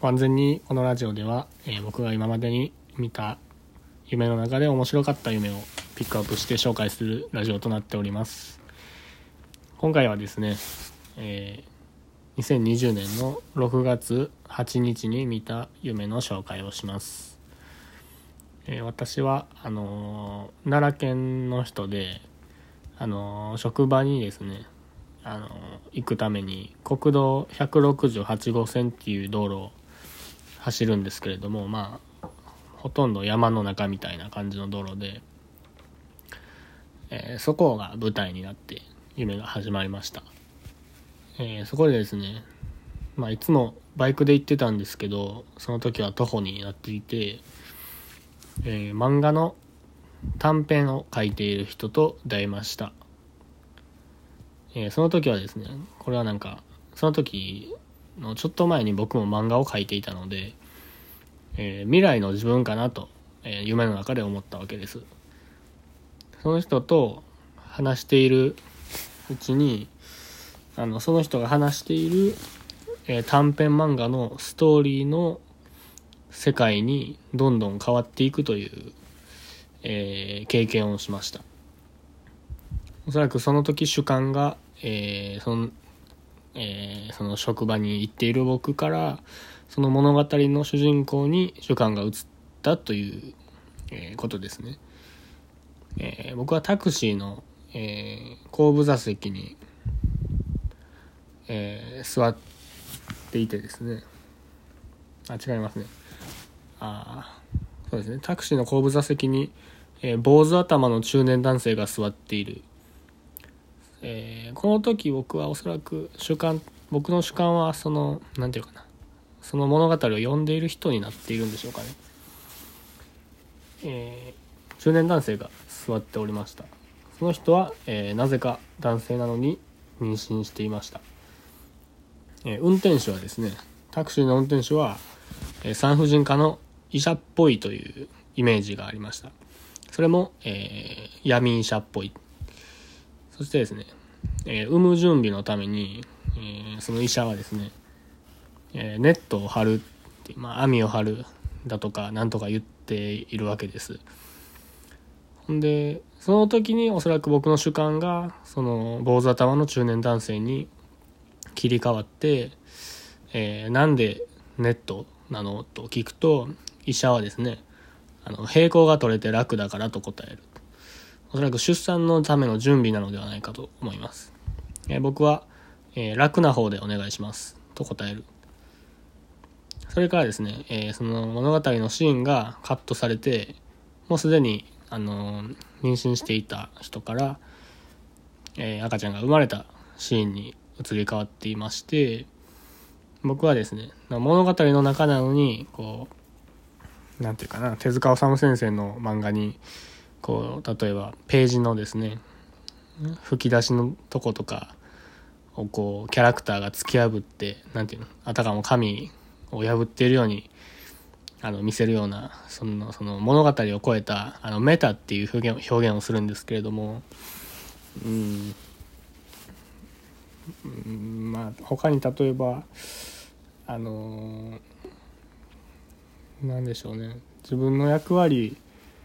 完全にこのラジオでは、僕が今までに見た夢の中で面白かった夢をピックアップして紹介するラジオとなっております。今回はですね、2020年の6月8日に見た夢の紹介をします。私は奈良県の人で、職場にですね行くために国道168号線っていう道路を走るんですけれども、ほとんど山の中みたいな感じの道路で、そこが舞台になって夢が始まりました。そこでですね、いつもバイクで行ってたんですけど、その時は徒歩になっていて、漫画の短編を書いている人と出会いました。その時はですね、これはその時のちょっと前に僕も漫画を書いていたので、未来の自分かなと、夢の中で思ったわけです。その人と話しているうちに、その人が話している、短編漫画のストーリーの世界にどんどん変わっていくという、経験をしました。おそらくその時主観が、その職場に行っている僕からその物語の主人公に主観が移ったという、ことですね。僕はタクシーの、後部座席に、座っていてですね、違いますね。そうですね。タクシーの後部座席に、坊主頭の中年男性が座っている。この時僕はおそらく僕の主観はその物語を読んでいる人になっているんでしょうかね。中年男性が座っておりました。その人は、なぜか男性なのに妊娠していました。運転手はですね、タクシーの運転手は、産婦人科の医者っぽいというイメージがありました。それも、闇医者っぽい。そしてですね、産む準備のために、その医者はですね、ネットを張るって、網を張るだとかなんとか言っているわけです。ほんでその時におそらく僕の主観がその坊主頭の中年男性に切り替わって、なんでネットなのと聞くと、医者はですね、平行が取れて楽だからと答える。おそらく出産のための準備なのではないかと思います。僕は、楽な方でお願いしますと答える。それからですね、その物語のシーンがカットされて、もうすでに妊娠していた人から、赤ちゃんが生まれたシーンに移り変わっていまして、僕はですね、物語の中なのに手塚治虫先生の漫画に例えばページのですね、吹き出しのとことかをキャラクターが突き破ってあたかも紙を破っているように見せるようなその物語を超えたメタっていう表現をするんですけれども、他に例えばなんでしょうね、自分の役割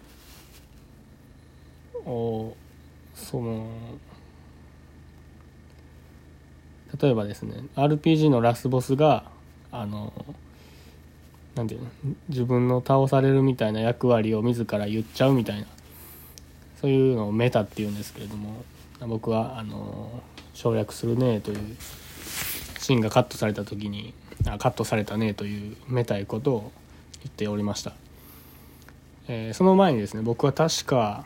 を例えばですね、 RPG のラスボスが自分の倒されるみたいな役割を自ら言っちゃうみたいな、そういうのをメタっていうんですけれども、僕は省略するねというシーンがカットされた時にカットされたねというメタいことを言っておりました。その前にですね、僕は確か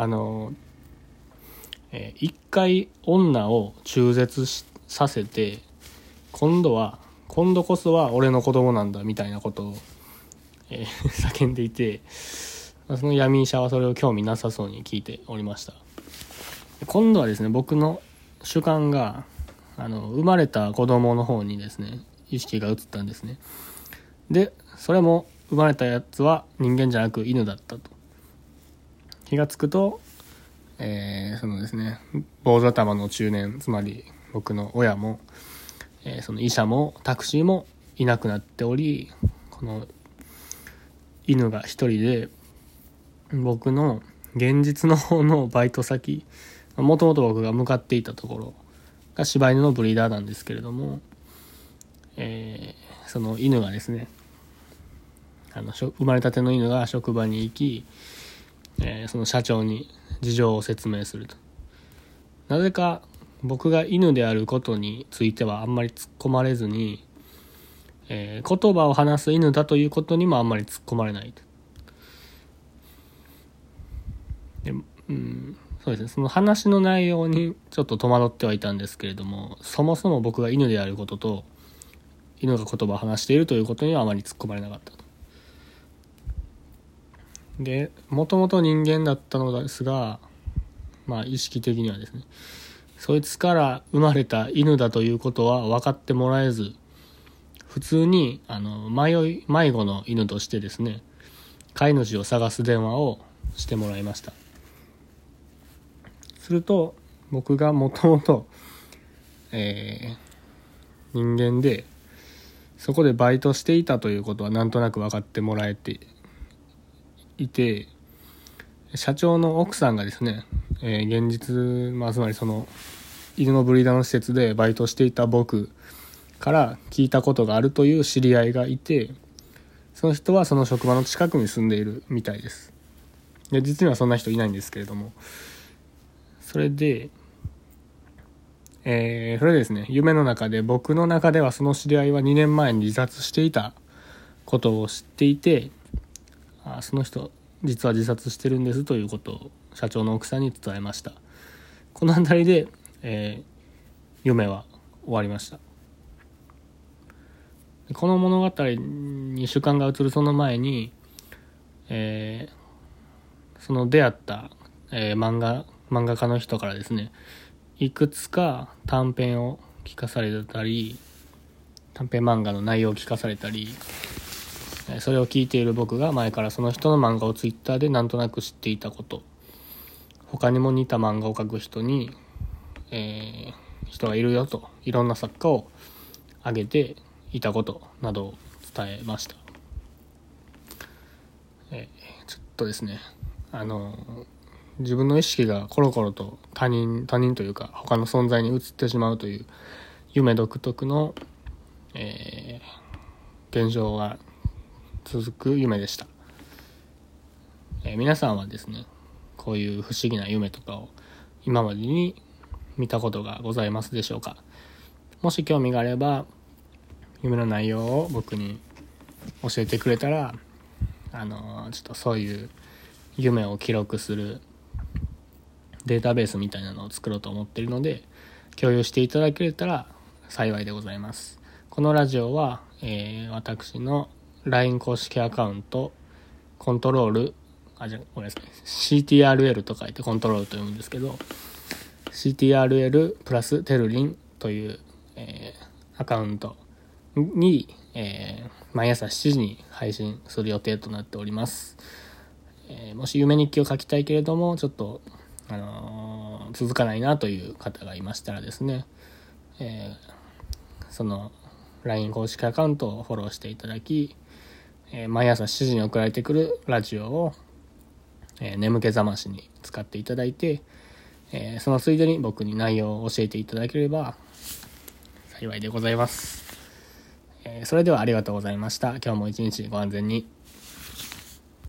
一回女を中絶させて、今度こそは俺の子供なんだみたいなことを、叫んでいて、その闇医者はそれを興味なさそうに聞いておりました。今度はですね、僕の主観が生まれた子供の方にですね意識が移ったんですね。でそれも生まれたやつは人間じゃなく犬だったと気がつくと、そのですね、坊主頭の中年、つまり僕の親も、その医者もタクシーもいなくなっており、この犬が一人で僕の現実の方のバイト先、もともと僕が向かっていたところが柴犬のブリーダーなんですけれども、その犬がですね、生まれたての犬が職場に行き、その社長に事情を説明すると。なぜか僕が犬であることについてはあんまり突っ込まれずに、言葉を話す犬だということにもあんまり突っ込まれないと。で、そうですね、その話の内容にちょっと戸惑ってはいたんですけれども、そもそも僕が犬であることと犬が言葉を話しているということにはあまり突っ込まれなかったと。で、もともと人間だったのですが、意識的にはですね、そいつから生まれた犬だということは分かってもらえず、普通に迷子の犬としてですね、飼い主を探す電話をしてもらいました。すると僕がもともと人間でそこでバイトしていたということはなんとなく分かってもらえていて、社長の奥さんがですね、現実、つまりその犬のブリーダーの施設でバイトしていた僕から聞いたことがあるという知り合いがいて、その人はその職場の近くに住んでいるみたいです。で、実にはそんな人いないんですけれども、それでですね、夢の中で僕の中ではその知り合いは2年前に自殺していたことを知っていて、その人実は自殺してるんですということを社長の奥さんに伝えました。この辺りで、夢は終わりました。この物語に主観が移るその前に、その出会った、漫画家の人からですね、いくつか短編を聞かされたり、短編漫画の内容を聞かされたり、それを聞いている僕が前からその人の漫画をツイッターでなんとなく知っていたこと、他にも似た漫画を描く人に、人がいるよと、いろんな作家を挙げていたことなどを伝えました。ちょっとですね、自分の意識がコロコロと他人というか他の存在に移ってしまうという夢独特の、現象が続く夢でした。皆さんはですね、こういう不思議な夢とかを今までに見たことがございますでしょうか。もし興味があれば夢の内容を僕に教えてくれたら、ちょっとそういう夢を記録するデータベースみたいなのを作ろうと思っているので、共有していただけたら幸いでございます。このラジオは、私の LINE 公式アカウントコントロールごめんなさい CTRL と書いてコントロールと読むんですけど、 CTRL プラステルリンという、アカウントに、毎朝7時に配信する予定となっております。もし夢日記を書きたいけれどもちょっと、続かないなという方がいましたらですね、その LINE 公式アカウントをフォローしていただき、毎朝7時に送られてくるラジオを、眠気覚ましに使っていただいて、そのついでに僕に内容を教えていただければ幸いでございます。それではありがとうございました。今日も一日ご安全に。